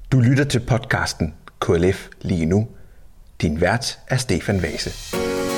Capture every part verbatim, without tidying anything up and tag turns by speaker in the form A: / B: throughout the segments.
A: Du lytter til podcasten K L F lige nu. Din vært er Stefan Vase.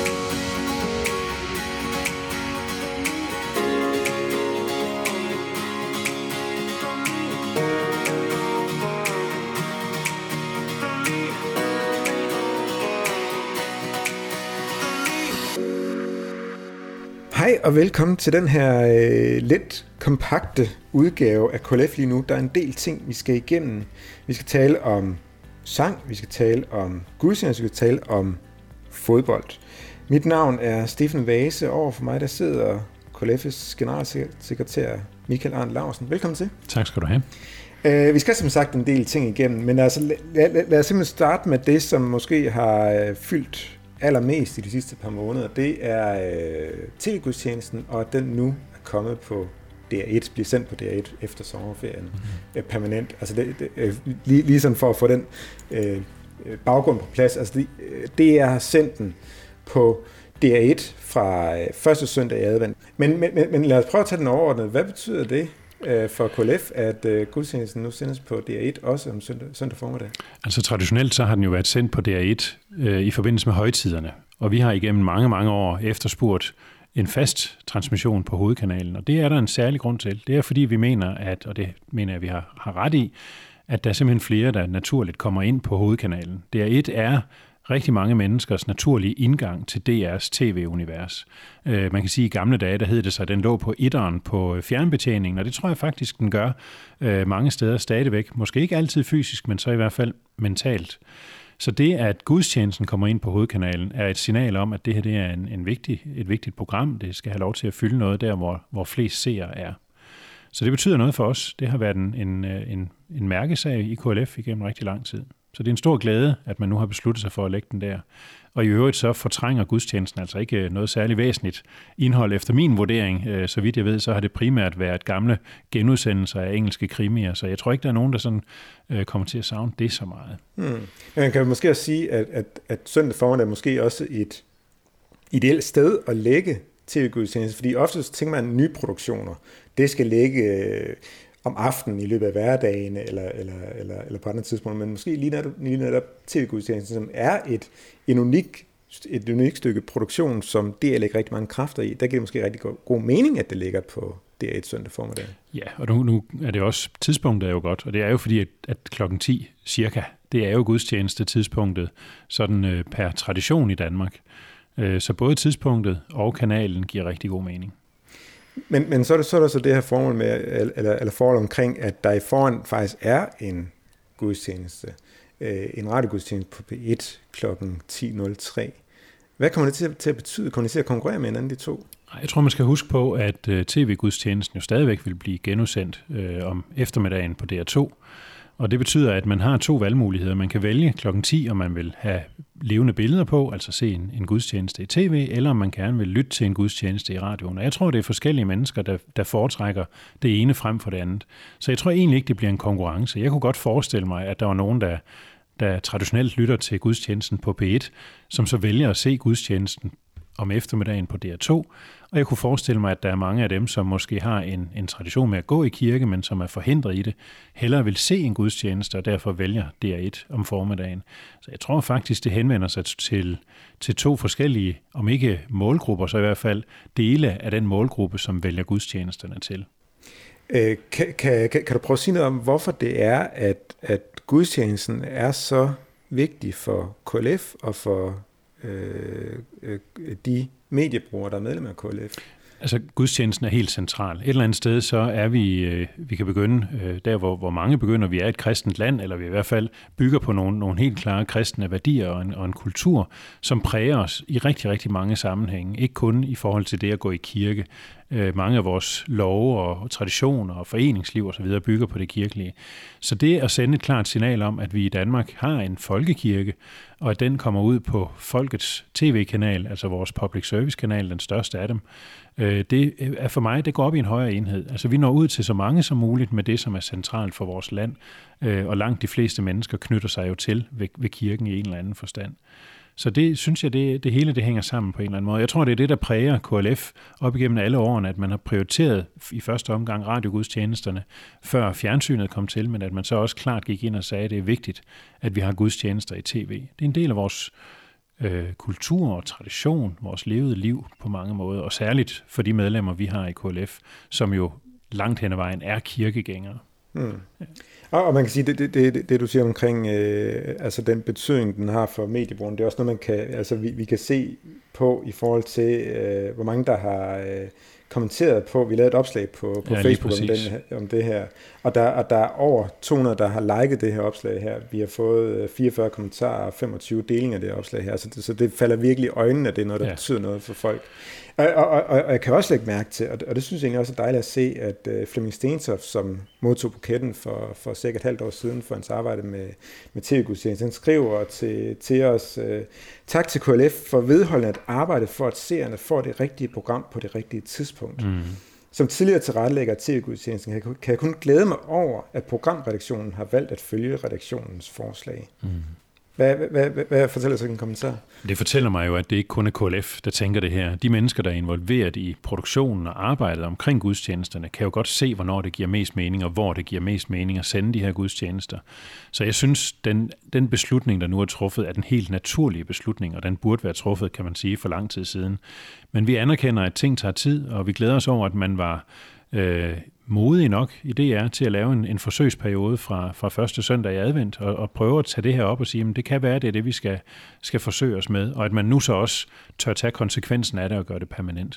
B: Hej og velkommen til den her øh, lidt kompakte udgave af K L F lige nu. Der er en del ting, vi skal igennem. Vi skal tale om sang, vi skal tale om gudstjeneste, vi skal tale om fodbold. Mit navn er Stefan Vase, og over for mig der sidder K L F's generalsekretær Michael Arndt Laursen. Velkommen til.
C: Tak skal du have.
B: Uh, vi skal som sagt en del ting igennem, men altså, lad, lad, lad os simpelthen starte med det, som måske har uh, fyldt allermest i de sidste par måneder. Det er uh, T V-gudstjenesten, og at den nu er kommet på D R et, bliver sendt på D R et efter sommerferien mm-hmm. uh, permanent. Altså det, det, uh, lige, lige sådan for at få den uh, baggrund på plads. Altså det, uh, D R har sendt den på D R et fra uh, første søndag i advent. Men, men, men lad os prøve at tage den overordnet. Hvad betyder det for K L F, at uh, gudstjenesten nu sendes på D R et, også om søndag, søndag formiddag?
C: Altså traditionelt så har den jo været sendt på D R et øh, i forbindelse med højtiderne, og vi har igennem mange, mange år efterspurgt en fast transmission på hovedkanalen, og det er der en særlig grund til. Det er fordi vi mener, at, og det mener jeg, vi har, har ret i, at der er simpelthen flere, der naturligt kommer ind på hovedkanalen. D R et er rigtig mange menneskers naturlige indgang til D R's tv-univers. Man kan sige, at i gamle dage, der hed det sig, at den lå på etteren på fjernbetjeningen, og det tror jeg faktisk, den gør mange steder stadigvæk. Måske ikke altid fysisk, men så i hvert fald mentalt. Så det, at gudstjenesten kommer ind på hovedkanalen, er et signal om, at det her det er en, en vigtig, et vigtigt program. Det skal have lov til at fylde noget der, hvor, hvor flest seere er. Så det betyder noget for os. Det har været en, en, en, en mærkesag i K L F igennem rigtig lang tid. Så det er en stor glæde, at man nu har besluttet sig for at lægge den der. Og i øvrigt så fortrænger gudstjenesten altså ikke noget særligt væsentligt indhold efter min vurdering. Så vidt jeg ved, så har det primært været gamle genudsendelser af engelske krimier, så jeg tror ikke, der er nogen, der sådan kommer til at savne det så meget.
B: Hmm. Man kan måske også sige, at, at, at søndag formiddag er måske også et ideelt sted at lægge tv-gudstjeneste, fordi ofte tænker man, at nye produktioner, det skal ligge om aftenen i løbet af hverdagen, eller, eller, eller, eller på andre tidspunkter, men måske lige netop, lige netop tv-gudstjenesten, som er et, en unik, et unikt stykke produktion, som D R lægger rigtig mange kræfter i. Der giver det måske rigtig god, god mening, at det ligger på D R et søndag formiddag.
C: Ja, og nu, nu er det også, tidspunktet er jo godt, og det er jo fordi, at, at klokken ti cirka, det er jo gudstjeneste tidspunktet, sådan øh, per tradition i Danmark. Øh, så både tidspunktet og kanalen giver rigtig god mening.
B: Men, men så er der så, er der så det her formål med, eller, eller forhold omkring, at der i foran faktisk er en gudstjeneste, øh, en radiogudstjeneste på P et klokken ti nul tre. Hvad kommer det til, til at betyde? Kommer det til at konkurrere med hinanden, de to?
C: Jeg tror, man skal huske på, at uh, tv-gudstjenesten jo stadigvæk vil blive genudsendt øh, om eftermiddagen på D R to. Og det betyder, at man har to valgmuligheder. Man kan vælge klokken ti, om man vil have levende billeder på, altså se en, en gudstjeneste i tv, eller om man gerne vil lytte til en gudstjeneste i radioen. Og jeg tror, det er forskellige mennesker, der, der foretrækker det ene frem for det andet. Så jeg tror egentlig ikke, det bliver en konkurrence. Jeg kunne godt forestille mig, at der var nogen, der, der traditionelt lytter til gudstjenesten på P et, som så vælger at se gudstjenesten om eftermiddagen på D R to, og jeg kunne forestille mig, at der er mange af dem, som måske har en, en tradition med at gå i kirke, men som er forhindret i det, hellere vil se en gudstjeneste, og derfor vælger D R et om formiddagen. Så jeg tror faktisk, det henvender sig til, til to forskellige, om ikke målgrupper, så i hvert fald dele af den målgruppe, som vælger gudstjenesterne til.
B: Øh, kan, kan, kan, kan du prøve at sige noget om, hvorfor det er, at, at gudstjenesten er så vigtig for K L F og for Øh, øh, de mediebrugere, der er medlem af K L F?
C: Altså, gudstjenesten er helt central. Et eller andet sted, så er vi, øh, vi kan begynde øh, der, hvor, hvor mange begynder, vi er et kristent land, eller vi i hvert fald bygger på nogle, nogle helt klare kristne værdier og en, og en kultur, som præger os i rigtig, rigtig mange sammenhænge. Ikke kun i forhold til det at gå i kirke. Øh, mange af vores love og traditioner og foreningsliv osv. bygger på det kirkelige. Så det at sende et klart signal om, at vi i Danmark har en folkekirke, og at den kommer ud på folkets tv-kanal, altså vores public service-kanal, den største af dem, det er for mig, det går op i en højere enhed. Altså vi når ud til så mange som muligt med det, som er centralt for vores land, og langt de fleste mennesker knytter sig jo til ved, ved kirken i en eller anden forstand. Så det synes jeg, det, det hele det hænger sammen på en eller anden måde. Jeg tror, det er det, der præger K L F op igennem alle årene, at man har prioriteret i første omgang radiogudstjenesterne, før fjernsynet kom til, men at man så også klart gik ind og sagde, at det er vigtigt, at vi har gudstjenester i tv. Det er en del af vores øh, kultur og tradition, vores levede liv på mange måder, og særligt for de medlemmer, vi har i K L F, som jo langt hen ad vejen er kirkegængere.
B: Hmm. Ja. Og, og man kan sige, det, det, det, det du siger omkring øh, altså den betydning, den har for mediebrugen, det er også noget, man kan, altså vi, vi kan se på i forhold til, øh, hvor mange der har øh, kommenteret på, vi lavede et opslag på, på ja, Facebook om, den, om det her, og der, og der er over to hundrede, der har liket det her opslag her. Vi har fået fireogfyrre kommentarer og femogtyve delinger af det opslag her, så det, så det falder virkelig i øjnene, at det er noget, der ja. betyder noget for folk. Og, og, og, og jeg kan også lægge mærke til, og det, og det synes jeg egentlig også er dejligt at se, at uh, Flemming Stentoft, som modtog buketten for, for cirka et halvt år siden for hans arbejde med, med tv-gudstjeneste, han skriver til, til os, uh, tak til K L F for vedholdende at arbejde for, at seerne får det rigtige program på det rigtige tidspunkt. Mm. Som tidligere tilrettelægger af tv-gudstjenesten kan, kan jeg kun glæde mig over, at programredaktionen har valgt at følge redaktionens forslag. Mm. Hvad, hvad, hvad, hvad fortæller så en kommentar?
C: Det fortæller mig jo, at det ikke kun er K L F, der tænker det her. De mennesker, der er involveret i produktionen og arbejdet omkring gudstjenesterne, kan jo godt se, hvornår det giver mest mening, og hvor det giver mest mening at sende de her gudstjenester. Så jeg synes, den, den beslutning, der nu er truffet, er den helt naturlige beslutning, og den burde være truffet, kan man sige, for lang tid siden. Men vi anerkender, at ting tager tid, og vi glæder os over, at man var øh, modig nok i D R til at lave en, en forsøgsperiode fra, fra første søndag i advent, og, og prøve at tage det her op og sige, at det kan være, det er det, vi skal, skal forsøge os med, og at man nu så også tør tage konsekvensen af det og gøre det permanent.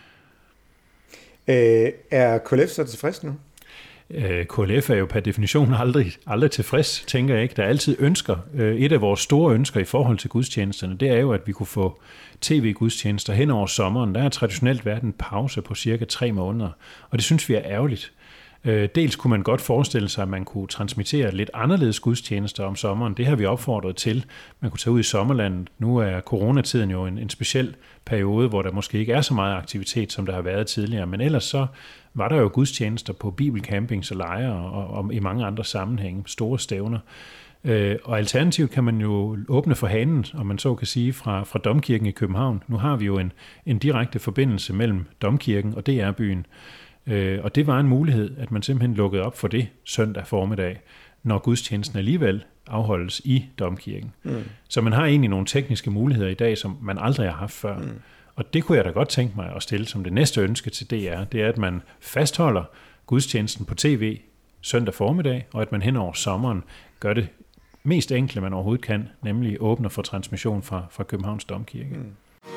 B: Øh, er K L F så tilfreds nu?
C: K L F er jo per definition aldrig, aldrig tilfreds, tænker jeg ikke. Der er altid ønsker. Et af vores store ønsker i forhold til gudstjenesterne, det er jo, at vi kunne få tv-gudstjenester hen over sommeren. Der har traditionelt været en pause på cirka tre måneder, og det synes vi er ærgerligt. Dels kunne man godt forestille sig, at man kunne transmittere lidt anderledes gudstjenester om sommeren. Det har vi opfordret til. Man kunne tage ud i sommerlandet. Nu er coronatiden jo en, en speciel periode, hvor der måske ikke er så meget aktivitet, som der har været tidligere. Men ellers så var der jo gudstjenester på bibelcampings og lejre og, og i mange andre sammenhænge, store stævner. Og alternativt kan man jo åbne for hanen, om man så kan sige, fra, fra Domkirken i København. Nu har vi jo en, en direkte forbindelse mellem Domkirken og D R-byen. Og det var en mulighed, at man simpelthen lukkede op for det søndag formiddag, når gudstjenesten alligevel afholdes i Domkirken. Mm. Så man har egentlig nogle tekniske muligheder i dag, som man aldrig har haft før. Mm. Og det kunne jeg da godt tænke mig at stille som det næste ønske til D R, det er, at man fastholder gudstjenesten på tv søndag formiddag, og at man hen over sommeren gør det mest enkle, man overhovedet kan, nemlig åbner for transmission fra, fra Københavns Domkirke. Mm.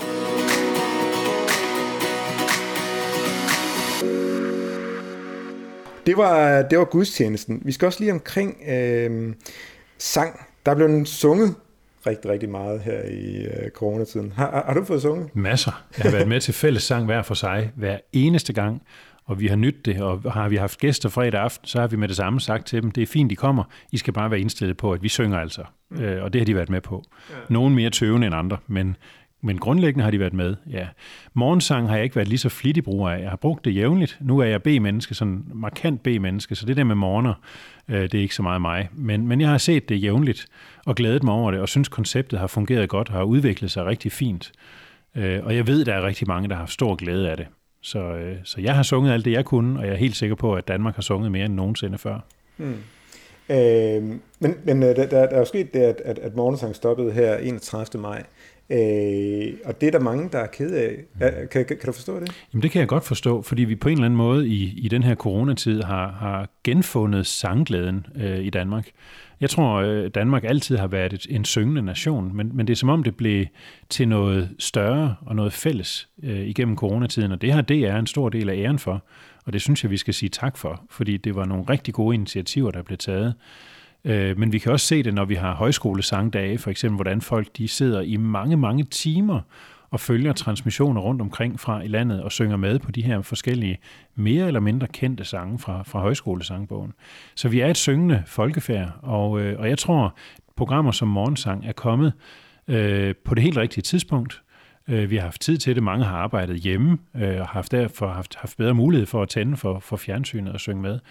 B: Det var, det var gudstjenesten. Vi skal også lige omkring øh, sang. Der blev den sunget rigtig, rigtig meget her i øh, coronatiden. Har, har du fået sunget?
C: Masser. Jeg har været med til fælles sang hver for sig, hver eneste gang, og vi har nydt det, og har vi haft gæster fredag aften, så har vi med det samme sagt til dem, det er fint, de kommer, I skal bare være indstillet på, at vi synger altså. Mm. Øh, og det har de været med på. Ja. Nogle mere tøvende end andre, men Men grundlæggende har de været med, ja. Morgensang har jeg ikke været lige så flittig bruger af. Jeg har brugt det jævnligt. Nu er jeg B-menneske, sådan markant B-menneske, så det der med morgener, øh, det er ikke så meget mig. Men, men jeg har set det jævnligt og glædet mig over det, og synes konceptet har fungeret godt og har udviklet sig rigtig fint. Øh, og jeg ved, der er rigtig mange, der har haft stor glæde af det. Så, øh, så jeg har sunget alt det, jeg kunne, og jeg er helt sikker på, at Danmark har sunget mere end nogensinde før. Hmm.
B: Øh, men men der, der, der er jo sket det, at, at, at morgensang stoppede her enogtredivte maj. Øh, og det er der mange, der er ked af. Kan, kan, kan du forstå det?
C: Jamen det kan jeg godt forstå, fordi vi på en eller anden måde i, i den her coronatid har, har genfundet sangglæden øh, i Danmark. Jeg tror, øh, Danmark altid har været et, en syngende nation, men, men det er som om det blev til noget større og noget fælles øh, igennem coronatiden, og det har D R en stor del af æren for, og det synes jeg, vi skal sige tak for, fordi det var nogle rigtig gode initiativer, der blev taget. Men vi kan også se det, når vi har højskolesangdage, for eksempel, hvordan folk de sidder i mange, mange timer og følger transmissioner rundt omkring fra i landet og synger med på de her forskellige mere eller mindre kendte sange fra, fra højskolesangbogen. Så vi er et syngende folkefærd, og, og jeg tror, programmer som morgensang er kommet øh, på det helt rigtige tidspunkt. Vi har haft tid til det. Mange har arbejdet hjemme og haft derfor haft, haft bedre mulighed for at tænde for, for fjernsynet og synge med.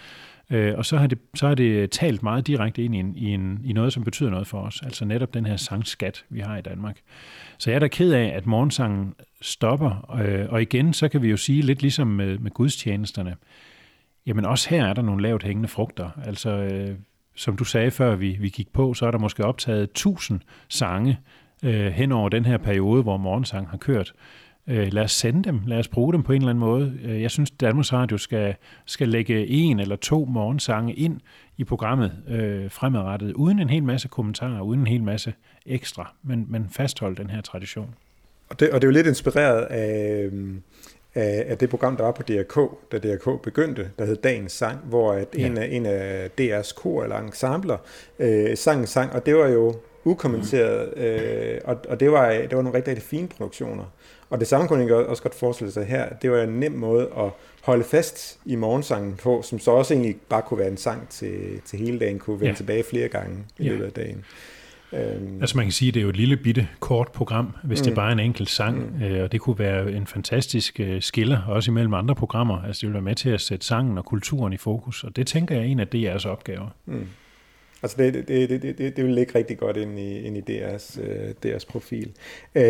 C: Øh, og så har, det, så har det talt meget direkte ind i, en, i, en, i noget, som betyder noget for os. Altså netop den her sangskat, vi har i Danmark. Så jeg er da ked af, at morgensangen stopper. Øh, og igen, så kan vi jo sige lidt ligesom med, med gudstjenesterne. Jamen også her er der nogle lavt hængende frugter. Altså øh, som du sagde før vi, vi gik på, så er der måske optaget tusind sange øh, hen over den her periode, hvor morgensang har kørt. Øh, lad os sende dem, lad os bruge dem på en eller anden måde. Øh, jeg synes, Danmarks Radio skal, skal lægge en eller to morgensange ind i programmet øh, fremadrettet, uden en hel masse kommentarer, uden en hel masse ekstra, men, men fastholde den her tradition. Og
B: det, og det er jo lidt inspireret af, af, af det program, der var på D R K, da D R K begyndte, der hed Dagens Sang, hvor at ja. en, af, en af D R's kor eller ensembler øh, sang en sang, og det var jo ukommenteret, øh, og, og det var, det var nogle rigtig, rigtig fine produktioner. Og det samme kunne jeg også godt forestille sig her. Det var en nem måde at holde fast i morgensangen på, som så også egentlig bare kunne være en sang til, til hele dagen, kunne vende ja. tilbage flere gange i ja. løbet af dagen.
C: Um, altså man kan sige, at det er jo et lille bitte kort program, hvis mm. det er bare en enkelt sang, mm. øh, og det kunne være en fantastisk øh, skiller, også imellem andre programmer. Altså det vil være med til at sætte sangen og kulturen i fokus, og det tænker jeg er en af D R's opgaver.
B: Mm. Altså det, det, det, det, det vil ligge rigtig godt ind i, ind i D R's, uh, D R's profil. Uh,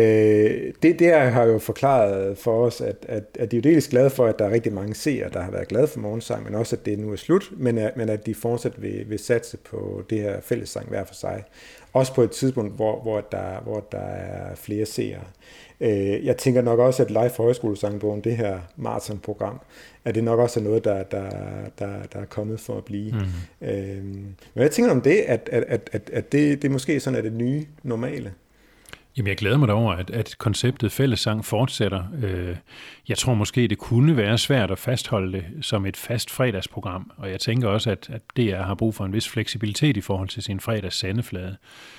B: det der har jo forklaret for os, at, at, at de er jo dels glade for, at der er rigtig mange seere, der har været glade for morgensang, men også at det nu er slut, men at, men at de fortsat vil, vil satse på det her fællessang hver for sig. Også på et tidspunkt, hvor, hvor, der, hvor der er flere seere. Uh, jeg tænker nok også, at Live for Højskolesangbogen, det her maratonprogram, at det nok også er noget, der, der, der, der er kommet for at blive. Mm. Øhm, men jeg tænker om det, at, at, at, at det, det måske sådan er det nye normale.
C: Jamen jeg glæder mig da over, at, at konceptet fællessang fortsætter. Øh, jeg tror måske, det kunne være svært at fastholde det som et fast fredagsprogram, og jeg tænker også, at, at D R har brug for en vis fleksibilitet i forhold til sin fredags sendeflade.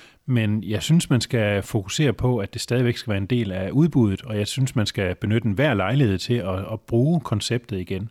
C: Men jeg synes, man skal fokusere på, at det stadigvæk skal være en del af udbuddet, og jeg synes, man skal benytte enhver lejlighed til at, at bruge konceptet igen.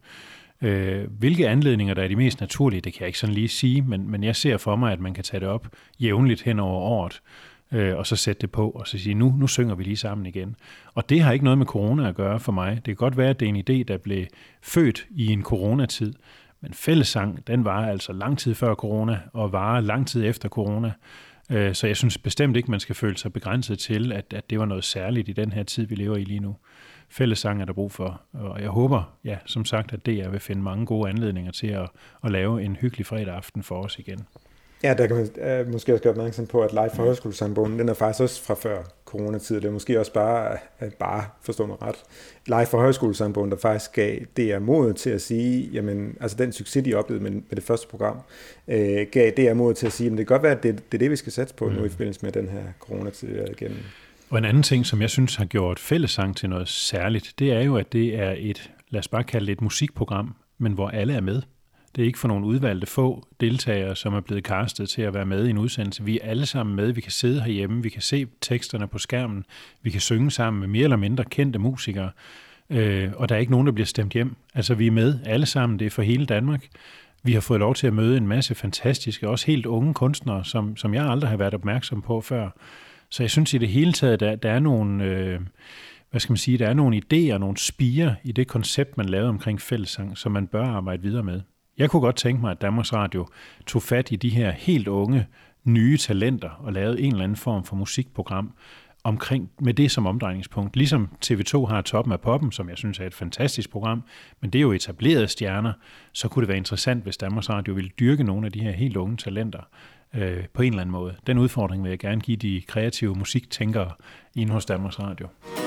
C: Øh, hvilke anledninger, der er de mest naturlige, det kan jeg ikke sådan lige sige, men, men jeg ser for mig, at man kan tage det op jævnligt hen over året, øh, og så sætte det på, og så sige, nu, nu synger vi lige sammen igen. Og det har ikke noget med corona at gøre for mig. Det kan godt være, at det er en idé, der blev født i en coronatid, men fællessang, den var altså lang tid før corona, og varer lang tid efter corona. Så jeg synes bestemt ikke, man skal føle sig begrænset til, at, at det var noget særligt i den her tid, vi lever i lige nu. Fællessang er der brug for, og jeg håber, ja, som sagt, at D R vil finde mange gode anledninger til at, at lave en hyggelig fredag aften for os igen.
B: Ja, der kan man uh, måske også gøre opmærksom på, at Live for Højskolesangbogen, den er faktisk også fra før coronatid. Det er måske også bare, uh, bare forstå mig ret, Live for Højskolesangbogen, der faktisk gav D R modet til at sige, jamen, altså den succes, de oplevede med, med det første program, uh, gav D R modet til at sige, men det kan godt være, at det, det er det, vi skal satse på mm. nu i forbindelse med den her coronatid igennem.
C: Og en anden ting, som jeg synes har gjort fællessang til noget særligt, det er jo, at det er et, lad os bare kalde det et musikprogram, men hvor alle er med. Det er ikke for nogle udvalgte få deltagere, som er blevet castet til at være med i en udsendelse. Vi er alle sammen med. Vi kan sidde herhjemme. Vi kan se teksterne på skærmen. Vi kan synge sammen med mere eller mindre kendte musikere. Øh, og der er ikke nogen, der bliver stemt hjem. Altså, vi er med alle sammen. Det er for hele Danmark. Vi har fået lov til at møde en masse fantastiske, også helt unge kunstnere, som, som jeg aldrig har været opmærksom på før. Så jeg synes i det hele taget, der, der er nogle... Øh, hvad skal man sige, der er nogle idéer, nogle spirer i det koncept, man lavede omkring fællessang, som man bør arbejde videre med. Jeg kunne godt tænke mig, at Danmarks Radio tog fat i de her helt unge, nye talenter og lavede en eller anden form for musikprogram omkring med det som omdrejningspunkt. Ligesom T V to har Toppen af Poppen, som jeg synes er et fantastisk program, men det er jo etablerede stjerner, så kunne det være interessant, hvis Danmarks Radio ville dyrke nogle af de her helt unge talenter øh, på en eller anden måde. Den udfordring vil jeg gerne give de kreative musiktænkere inde hos Danmarks Radio.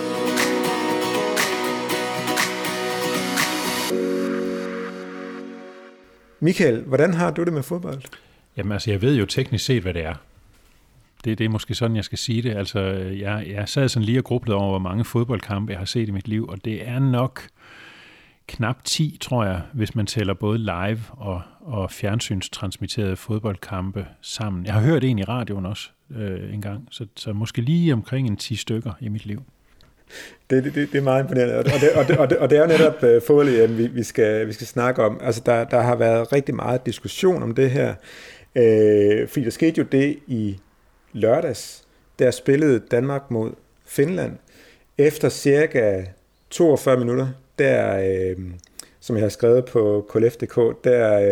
B: Michael, hvordan har du det med fodbold?
C: Jamen altså, jeg ved jo teknisk set, hvad det er. Det, det er måske sådan, jeg skal sige det. Altså, jeg, jeg sad sådan lige og grublede over, hvor mange fodboldkampe jeg har set i mit liv, og det er nok knap ti, tror jeg, hvis man tæller både live og, og fjernsynstransmitterede fodboldkampe sammen. Jeg har hørt en i radioen også øh, en gang, så, så måske lige omkring en ti stykker i mit liv.
B: Det, det, det er meget imponerende, og det, og det, og det, og det er jo netop uh, fodbold, vi, vi, skal, vi skal snakke om. Altså, der, der har været rigtig meget diskussion om det her, øh, fordi der skete jo det i lørdags, der spillede Danmark mod Finland. Efter cirka toogfyrre minutter, der, øh, som jeg har skrevet på K L F punktum d k, der øh,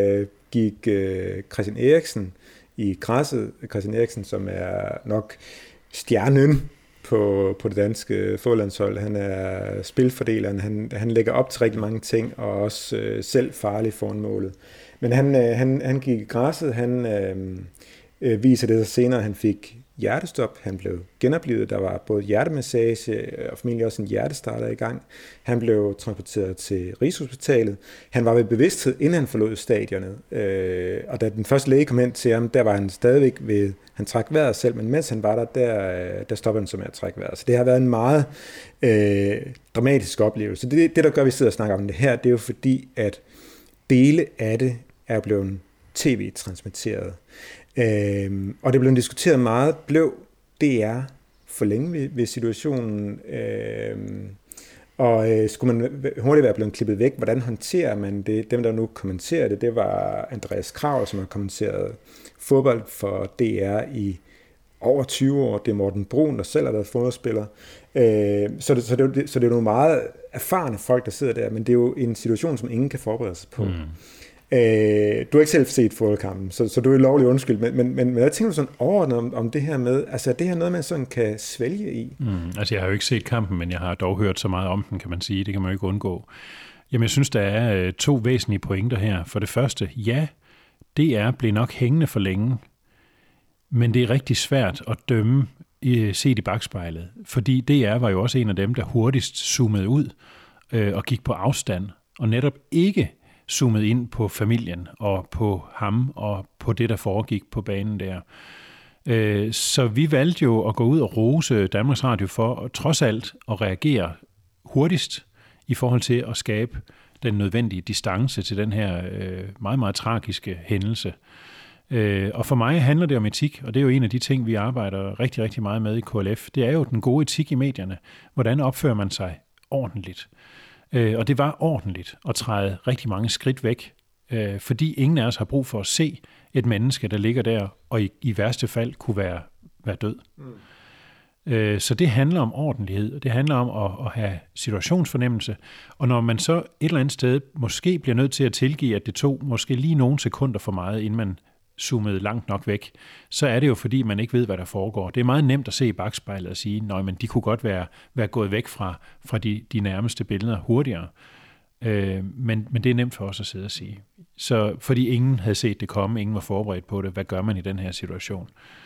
B: gik øh, Christian Eriksen i græsset. Christian Eriksen, som er nok stjernen på, på det danske fodboldlandshold. Han er spilfordeleren, han, han lægger op til rigtig mange ting, og også øh, selv farlig foran målet. Men han, øh, han, han gik i græsset, han øh, øh, viser det så senere, han fik hjertestop, han blev genoplivet, der var både hjertemassage og formentlig også en hjertestarter i gang. Han blev transporteret til Rigshospitalet. Han var ved bevidsthed, inden han forlod stadionet, øh, og da den første læge kom ind til ham, der var han stadigvæk ved, han trak vejret selv, men mens han var der, der, der stoppede han så med at trække vejret. Så det har været en meget øh, dramatisk oplevelse. Det, det, der gør, vi sidder og snakker om det her, det er jo fordi, at dele af det er blevet tv-transmitteret. Øhm, og det blev diskuteret meget, blev D R for længe ved, ved situationen, øhm, og øh, skulle man hurtigt være blevet klippet væk, hvordan håndterer man det? Dem, der nu kommenterer det, det var Andreas Krav, som har kommenteret fodbold for D R i over tyve år. Det er Morten Brun, der selv har været fodboldspiller. Øh, så, det, så, det, så det er nogle meget erfarne folk, der sidder der, men det er jo en situation, som ingen kan forberede sig på. Mm. Øh, du har ikke selv set fodboldkampen, så, så du er lovlig undskyld, men, men, men, men jeg tænker sådan overordnet om, om det her med, altså er det her noget, man sådan kan svælge i?
C: Mm, altså jeg har jo ikke set kampen, men jeg har dog hørt så meget om den, kan man sige, det kan man jo ikke undgå. Jamen jeg synes, der er øh, to væsentlige pointer her. For det første, ja, D R blev nok hængende for længe, men det er rigtig svært at dømme øh, set i bagspejlet, fordi D R var jo også en af dem, der hurtigst zoomede ud øh, og gik på afstand, og netop ikke zoomet ind på familien og på ham og på det, der foregik på banen der. Så vi valgte jo at gå ud og rose Danmarks Radio for trods alt at reagere hurtigst i forhold til at skabe den nødvendige distance til den her meget, meget tragiske hændelse. Og for mig handler det om etik, og det er jo en af de ting, vi arbejder rigtig, rigtig meget med i K L F. Det er jo den gode etik i medierne. Hvordan opfører man sig ordentligt? Og det var ordentligt at træde rigtig mange skridt væk, fordi ingen af os har brug for at se et menneske, der ligger der, og i, i værste fald kunne være, være død. Mm. Så det handler om ordentlighed, og det handler om at, at have situationsfornemmelse, og når man så et eller andet sted måske bliver nødt til at tilgive, at det tog måske lige nogle sekunder for meget, inden man zoomede langt nok væk, så er det jo fordi, man ikke ved, hvad der foregår. Det er meget nemt at se i bagspejlet og sige, nej, men de kunne godt være, være gået væk fra, fra de, de nærmeste billeder hurtigere. Øh, men, men det er nemt for os at sidde og sige. Så fordi ingen havde set det komme, ingen var forberedt på det, hvad gør man i den her situation?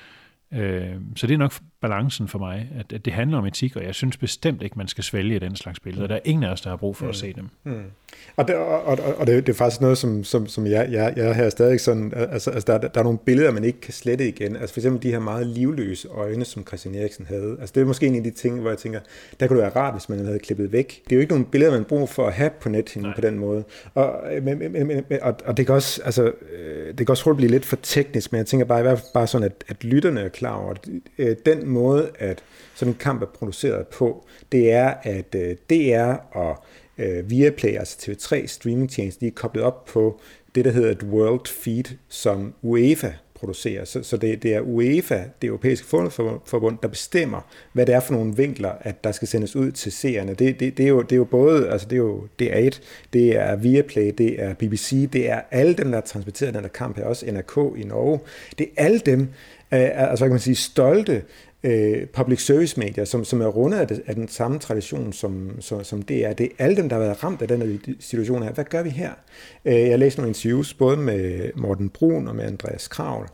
C: Øh, så det er nok balancen for mig, at, at det handler om etik, og jeg synes bestemt ikke, man skal svælge den slags billeder. Der er ingen af os, der har brug for mm. at se dem. Mm.
B: Og, det, og, og, og det, det er faktisk noget, som, som, som jeg, jeg, jeg har stadig sådan, altså, altså der, der er nogle billeder, man ikke kan slette igen. Altså for eksempel de her meget livløse øjne, som Christian Eriksen havde. Altså det er måske en af de ting, hvor jeg tænker, der kunne det være rart, hvis man havde klippet væk. Det er jo ikke nogle billeder, man bruger for at have på nethinden på den måde. Og, men, men, men, og, og det kan også, altså, det kan også hurtigt blive lidt for teknisk, men jeg tænker bare i hvert fald bare sådan, at, at lytterne er klar over, at den måde, at sådan en kamp er produceret på, det er, at D R og øh, Viaplay, altså T V tre streamingtjeneste, de er koblet op på det, der hedder et World Feed, som UEFA producerer. Så, så det, det er UEFA, det europæiske fodboldforbund, der bestemmer, hvad det er for nogle vinkler, at der skal sendes ud til seerne. Det, det, det, er, jo, det er jo både, altså det er jo D R et, det er Viaplay, det er B B C, det er alle dem, der har transmitteret den der kamp her, også N R K i Norge. Det er alle dem, altså hvad kan man sige, stolte øh, public service medier, som, som er rundet af, det, af den samme tradition som, som, som det er. Det er alle dem, der har været ramt af den her situation her. Hvad gør vi her? Øh, jeg læste nogle interviews, både med Morten Brun og med Andreas Krav,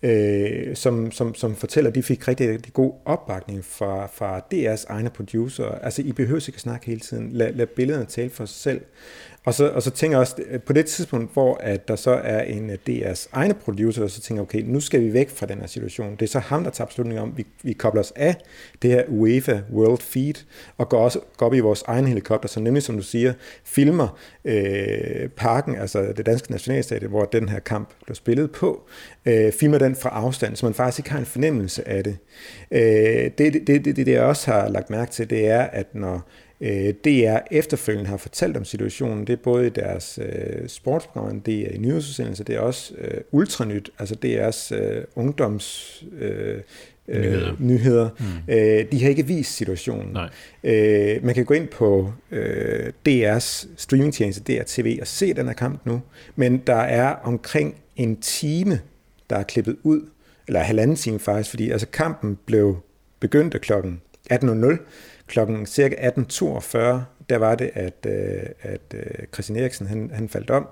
B: øh, som, som, som fortæller, at de fik rigtig, rigtig god opbakning fra, fra D R's egne producer. Altså, I behøver ikke at snakke hele tiden. Lad, lad billederne tale for sig selv. Og så, og så tænker jeg også, på det tidspunkt, hvor at der så er en af D R's egne producer, der så tænker, okay, nu skal vi væk fra den her situation. Det er så ham, der tager beslutning om, vi, vi kobler os af det her UEFA World Feed, og går også går op i vores egen helikopter, så nemlig, som du siger, filmer øh, parken, altså det danske nationalstadion, hvor den her kamp blev spillet på, øh, filmer den fra afstand, så man faktisk ikke har en fornemmelse af det. Øh, det, det, det, det, det jeg også har lagt mærke til, det er, at når D R efterfølgende har fortalt om situationen, det er både i deres øh, sportsprogram, det er i nyhedsudsendelser, det er også øh, ultranyt, altså D R's øh, ungdoms øh, nyheder. Øh, nyheder. Mm. Øh, de har ikke vist situationen. Øh, man kan gå ind på øh, D R's streamingtjeneste, D R T V, og se den her kamp nu, men der er omkring en time, der er klippet ud, eller halvanden time faktisk, fordi altså kampen blev begyndt klokken atten nul nul. Klokken cirka atten toogfyrre, der var det, at, at Christian Eriksen han, han faldt om.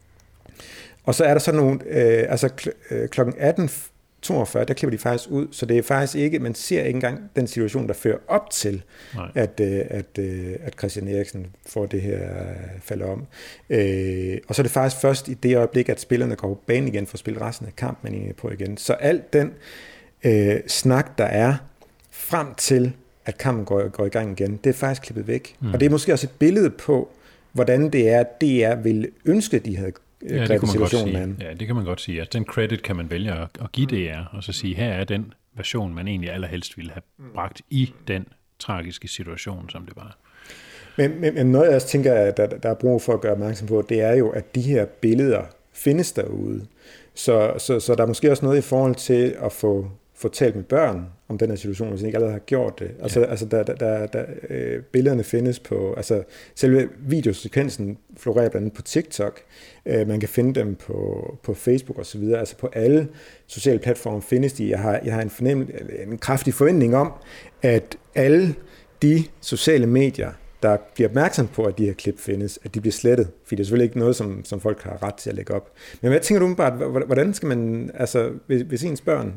B: Og så er der så nogle, øh, altså kl- klokken atten toogfyrre, der klipper de faktisk ud, så det er faktisk ikke, man ser ikke engang den situation, der fører op til, at, øh, at, øh, at Christian Eriksen får det her øh, falder om. Øh, og så er det faktisk først i det øjeblik, at spillerne går på banen igen for at spille resten af kampen, man er på igen. Så alt den øh, snak, der er frem til, at kampen går, går i gang igen, det er faktisk klippet væk. Mm. Og det er måske også et billede på, hvordan det er, at D R ville ønske, at de havde
C: ja, det kan man godt sige. Ja, det kan man godt sige. Altså, den credit kan man vælge at, at give D R, og så sige, her er den version, man egentlig allerhelst ville have bragt i den tragiske situation, som det var.
B: Men, men, men noget, jeg også tænker, at der, der er brug for at gøre opmærksom på, det er jo, at de her billeder findes derude. Så, så, så der er måske også noget i forhold til at få, få talt med børn om den her situation, hvis de ikke allerede har gjort det. Altså, ja. altså der, der, der, øh, billederne findes på, altså selve videosekvensen florerer blandt andet på TikTok. Øh, man kan finde dem på, på Facebook og så videre. Altså på alle sociale platforme findes de. Jeg har, jeg har en, fornem, en kraftig forventning om, at alle de sociale medier, der bliver opmærksom på, at de her klip findes, at de bliver slettet, fordi det er selvfølgelig ikke noget, som, som folk har ret til at lægge op. Men hvad tænker du umiddelbart, hvordan skal man, altså hvis, hvis ens børn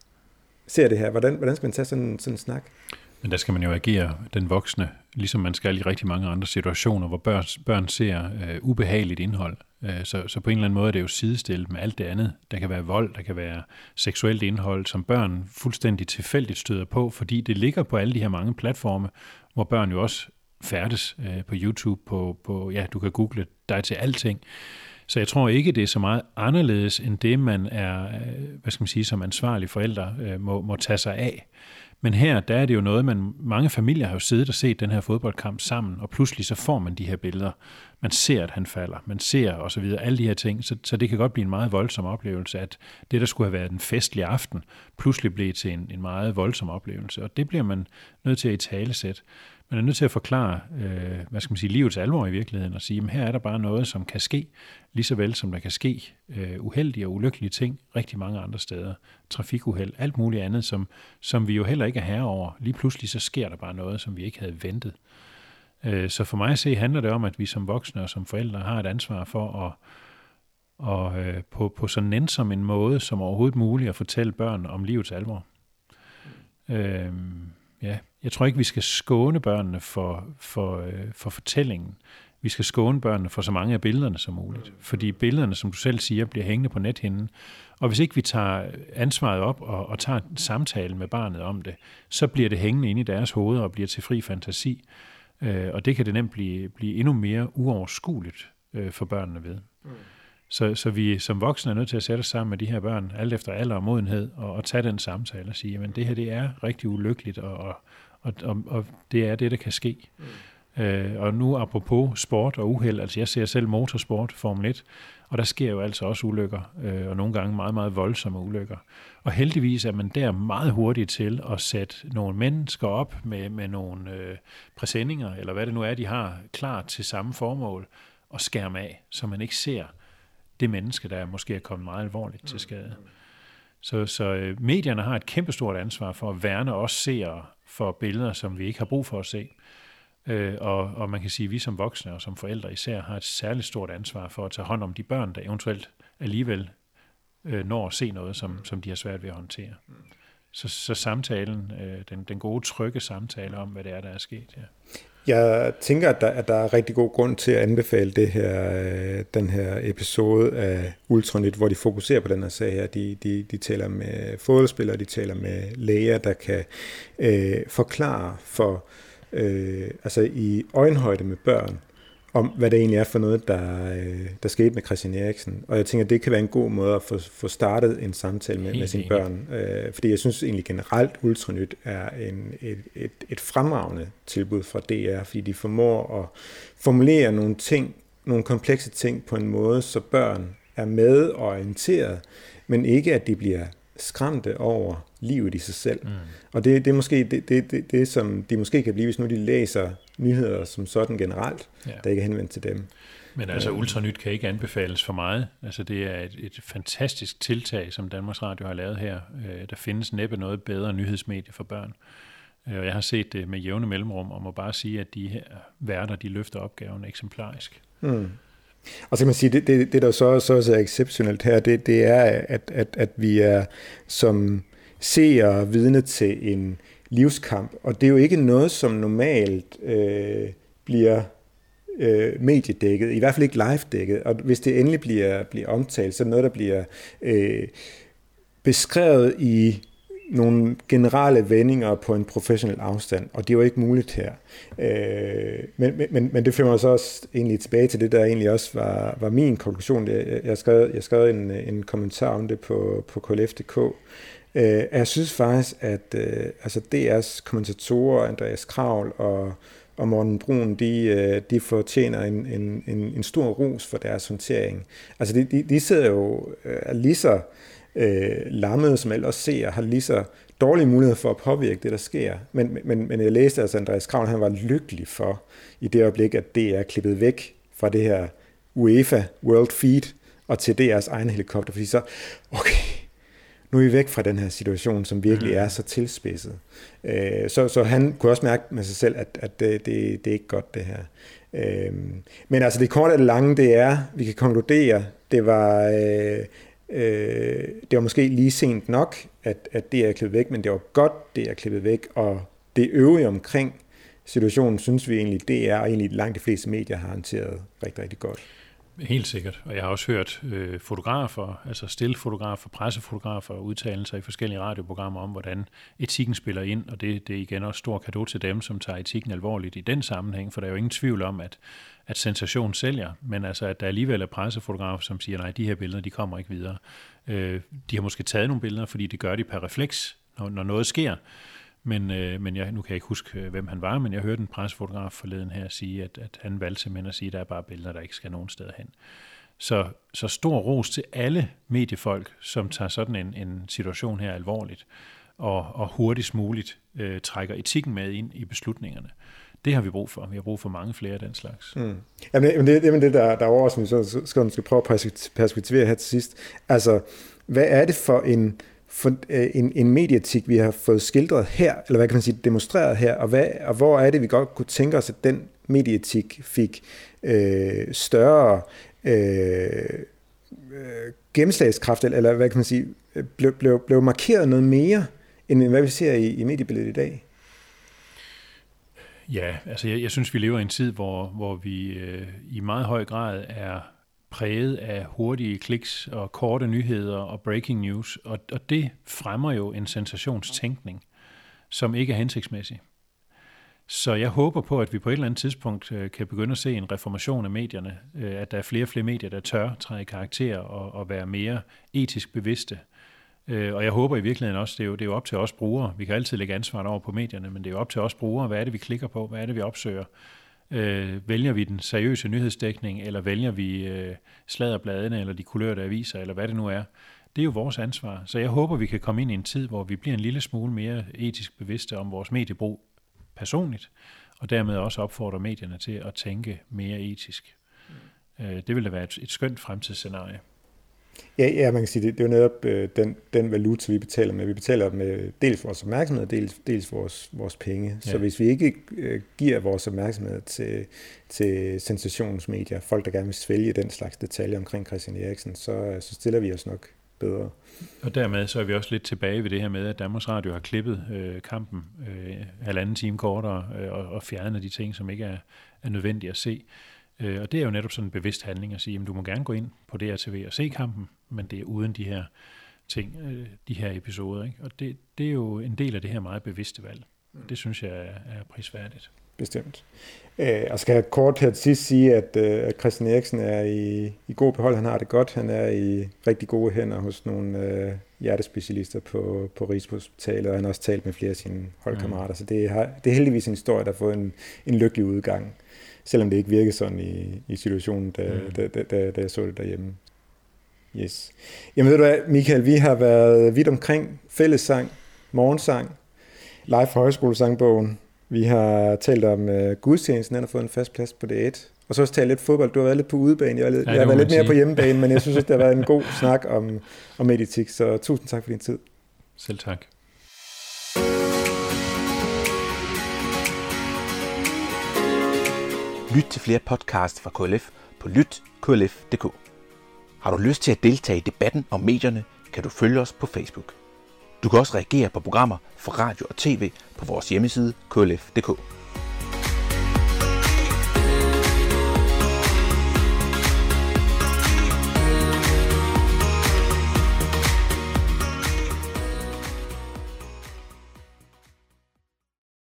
B: ser det her, hvordan, hvordan skal man tage sådan, sådan en snak?
C: Men der skal man jo agere den voksne, ligesom man skal i rigtig mange andre situationer, hvor børn, børn ser øh, ubehageligt indhold. Øh, så, så på en eller anden måde er det jo sidestillet med alt det andet. Der kan være vold, der kan være seksuelt indhold, som børn fuldstændig tilfældigt støder på, fordi det ligger på alle de her mange platforme, hvor børn jo også færdes øh, på YouTube, på, på, ja, du kan google dig til alting. Så jeg tror ikke, det er så meget anderledes, end det, man er, hvad skal man sige, som ansvarlig forældre øh, må, må tage sig af. Men her, der er det jo noget, man, mange familier har jo siddet og set den her fodboldkamp sammen, og pludselig så får man de her billeder. Man ser, at han falder, man ser og så videre, alle de her ting. Så, så det kan godt blive en meget voldsom oplevelse, at det, der skulle have været en festlig aften, pludselig blev til en, en meget voldsom oplevelse. Og det bliver man nødt til at italesætte. Man er nødt til at forklare, øh, hvad skal man sige, livets alvor i virkeligheden, og sige, at her er der bare noget, som kan ske, lige så vel som der kan ske øh, uheldige og ulykkelige ting rigtig mange andre steder. Trafikuheld, alt muligt andet, som, som vi jo heller ikke er herre over. Lige pludselig så sker der bare noget, som vi ikke havde ventet. Øh, så for mig at se handler det om, at vi som voksne og som forældre har et ansvar for at og, øh, på, på så nænsom en måde som overhovedet muligt at fortælle børn om livets alvor. Øh, ja, jeg tror ikke, vi skal skåne børnene for, for, øh, for fortællingen. Vi skal skåne børnene for så mange af billederne som muligt. Fordi billederne, som du selv siger, bliver hængende på nethinden. Og hvis ikke vi tager ansvaret op og, og tager en samtale med barnet om det, så bliver det hængende inde i deres hoveder og bliver til fri fantasi. Øh, og det kan det nemt blive, blive endnu mere uoverskueligt øh, for børnene ved. Mm. Så, så vi som voksne er nødt til at sætte os sammen med de her børn, alt efter alder og modenhed, og, og tage den samtale og sige, at det her det er rigtig ulykkeligt, og, og, og, og det er det, der kan ske. Mm. Øh, og nu apropos sport og uheld, altså jeg ser selv motorsport, Formel et, og der sker jo altså også ulykker, øh, og nogle gange meget, meget voldsomme ulykker. Og heldigvis er man der meget hurtigt til at sætte nogle mennesker op med, med nogle øh, præsendinger, eller hvad det nu er, de har klar til samme formål, og skærme af, så man ikke ser det menneske, der måske er kommet meget alvorligt til skade. Så, så øh, medierne har et kæmpestort ansvar for at værne os seere for billeder, som vi ikke har brug for at se. Øh, og, og man kan sige, at vi som voksne og som forældre især har et særligt stort ansvar for at tage hånd om de børn, der eventuelt alligevel øh, når at se noget, som, som de har svært ved at håndtere. Så, så samtalen, øh, den, den gode, trygge samtale om, hvad det er, der er sket. Ja.
B: Jeg tænker, at der, at der er rigtig god grund til at anbefale det her, den her episode af Ultranyt, hvor de fokuserer på den her sag her. De, de, de taler med fodboldspillere, de taler med læger, der kan øh, forklare for, øh, altså i øjenhøjde med børn, om hvad det egentlig er for noget, der, øh, der skete med Christian Eriksen. Og jeg tænker, at det kan være en god måde at få, få startet en samtale med, med sine børn. Øh, fordi jeg synes egentlig generelt, Ultranyt er en, et, et, et fremragende tilbud fra D R, fordi de formår at formulere nogle ting, nogle komplekse ting på en måde, så børn er med og orienteret, men ikke at de bliver skræmte over livet i sig selv. Mm. Og det, det er måske det, det, det, det, som de måske kan blive, hvis nu de læser nyheder som sådan generelt, ja. Der ikke er henvendt til dem.
C: Men altså Ultranyt kan ikke anbefales for meget. Altså det er et, et fantastisk tiltag, som Danmarks Radio har lavet her. Der findes næppe noget bedre nyhedsmedie for børn. Og jeg har set det med jævne mellemrum, og må bare sige, at de her værter, de løfter opgaven eksemplarisk.
B: Mm. Og så kan man sige, det, det, det der så, så er exceptionelt her, det, det er, at, at, at vi er som seere vidne til en livskamp, og det er jo ikke noget, som normalt øh, bliver øh, mediedækket, i hvert fald ikke live-dækket, og hvis det endelig bliver, bliver omtalt, så er det noget, der bliver øh, beskrevet i nogle generelle vendinger på en professionel afstand, og det er jo ikke muligt her. Øh, men, men, men det fører mig så også egentlig tilbage til det, der egentlig også var, var min konklusion. Jeg, jeg skrev, jeg skrev en, en kommentar om det på, på K L F punktum d k. Øh, jeg synes faktisk, at øh, altså D R's kommentatorer, Andreas Kravl og, og Morten Brun, de, de fortjener en, en, en, en stor ros for deres håndtering. Altså de, de, de sidder jo øh, lige så øh, lammede, som ellers ser, har lige så dårlige muligheder for at påvirke det, der sker. Men, men, men jeg læste, at altså, Andreas Kravl, han var lykkelig for, i det øjeblik, at D R er klippet væk fra det her UEFA World Feed og til D R's egen helikopter, fordi så, okay, nu er vi væk fra den her situation, som virkelig er så tilspidset. Så, så han kunne også mærke med sig selv, at, at det, det, det er ikke godt, det her. Men altså det korte og det lange, det er, vi kan konkludere, det var, øh, øh, det var måske lige sent nok, at, at det er klippet væk, men det var godt, det er klippet væk, og det øvrige omkring situationen, synes vi egentlig, det er, og egentlig langt de fleste medier har håndteret rigtig, rigtig godt.
C: Helt sikkert, og jeg har også hørt øh, fotografer, altså stillfotografer, pressefotografer, udtale sig i forskellige radioprogrammer om, hvordan etikken spiller ind, og det, det er igen også stor cadeau til dem, som tager etikken alvorligt i den sammenhæng, for der er jo ingen tvivl om, at, at sensation sælger, men altså, at der alligevel er pressefotografer, som siger, nej, de her billeder, de kommer ikke videre. Øh, de har måske taget nogle billeder, fordi det gør de per refleks, når, når noget sker. Men, øh, men jeg, nu kan jeg ikke huske, hvem han var, men jeg hørte en pressefotograf forleden her sige, at, at han valgte simpelthen at sige, at der er bare billeder, der ikke skal nogen steder hen. Så, så stor ros til alle mediefolk, som tager sådan en, en situation her alvorligt, og, og hurtigst muligt øh, trækker etikken med ind i beslutningerne. Det har vi brug for. Vi har brug for mange flere af den slags. Mm.
B: Jamen, det, det er det, der, der overrasker mig, så skal man skal prøve at perspektivere her til sidst. Altså, hvad er det for en for en, en medieetik, vi har fået skildret her, eller hvad kan man sige, demonstreret her, og, hvad, og hvor er det, vi godt kunne tænke os, at den medieetik fik øh, større øh, gennemslagskraft, eller, eller hvad kan man sige, blev, blev, blev markeret noget mere, end hvad vi ser i, i mediebilledet i dag?
C: Ja, altså jeg, jeg synes, vi lever i en tid, hvor, hvor vi øh, i meget høj grad er præget af hurtige kliks og korte nyheder og breaking news, og, og det fremmer jo en sensationstænkning, som ikke er hensigtsmæssig. Så jeg håber på, at vi på et eller andet tidspunkt øh, kan begynde at se en reformation af medierne, øh, at der er flere og flere medier, der tør træde i karakter og, og være mere etisk bevidste. Øh, og jeg håber i virkeligheden også, det er, jo, det er jo op til os brugere. Vi kan altid lægge ansvaret over på medierne, men det er jo op til os brugere. Hvad er det, vi klikker på? Hvad er det, vi opsøger? Øh, vælger vi den seriøse nyhedsdækning, eller vælger vi øh, sladderbladene, eller de kulørte aviser, eller hvad det nu er? Det er jo vores ansvar. Så jeg håber, vi kan komme ind i en tid, hvor vi bliver en lille smule mere etisk bevidste om vores mediebrug personligt, og dermed også opfordrer medierne til at tænke mere etisk. Mm. Øh, det vil da være et, et skønt fremtidsscenarie.
B: Ja, ja, man kan sige, det, det er jo netop øh, den, den valuta, vi betaler med. Vi betaler med dels vores opmærksomhed, dels, dels vores, vores penge. Ja. Så hvis vi ikke øh, giver vores opmærksomhed til, til sensationsmedier, folk, der gerne vil svælge den slags detaljer omkring Christian Eriksen, så, så stiller vi os nok bedre.
C: Og dermed så er vi også lidt tilbage ved det her med, at Danmarks Radio har klippet øh, kampen øh, halvanden time kortere øh, og, og fjernet de ting, som ikke er, er nødvendige at se. Øh, og det er jo netop sådan en bevidst handling at sige, at du må gerne gå ind på D R T V og se kampen, men det er uden de her ting, øh, de her episoder. Ikke? Og det, det er jo en del af det her meget bevidste valg. Det synes jeg er, er prisværdigt.
B: Bestemt. Øh, og skal jeg kort her til sidst sige, at, øh, at Christian Eriksen er i, i god behold. Han har det godt. Han er i rigtig gode hænder hos nogle øh, hjertespecialister på, på Rigshospitalet, og han har også talt med flere af sine holdkammerater. Mm. Så det, har, det er heldigvis en historie, der har fået en, en lykkelig udgang, selvom det ikke virkede sådan i, i situationen, da, mm. da, da, da, da jeg så det derhjemme. Yes. Jamen ved du hvad, Michael, vi har været vidt omkring fællessang, morgensang, live fra Højskolesangbogen. Vi har talt om uh, gudstjenesten, den har fået en fast plads på D et, Og så også tale lidt fodbold. Du har været lidt på udebane, jeg har, lidt, ja, jeg har været lidt mere sige. på hjemmebane, men jeg synes, at det har været en god snak om, om etik, så tusind tak for din tid.
C: Selv tak.
A: Lyt til flere podcasts fra K L F på lyt punktum k l f punktum d k. Har du lyst til at deltage i debatten om medierne, kan du følge os på Facebook. Du kan også reagere på programmer fra radio og tv på vores hjemmeside k l f punktum d k.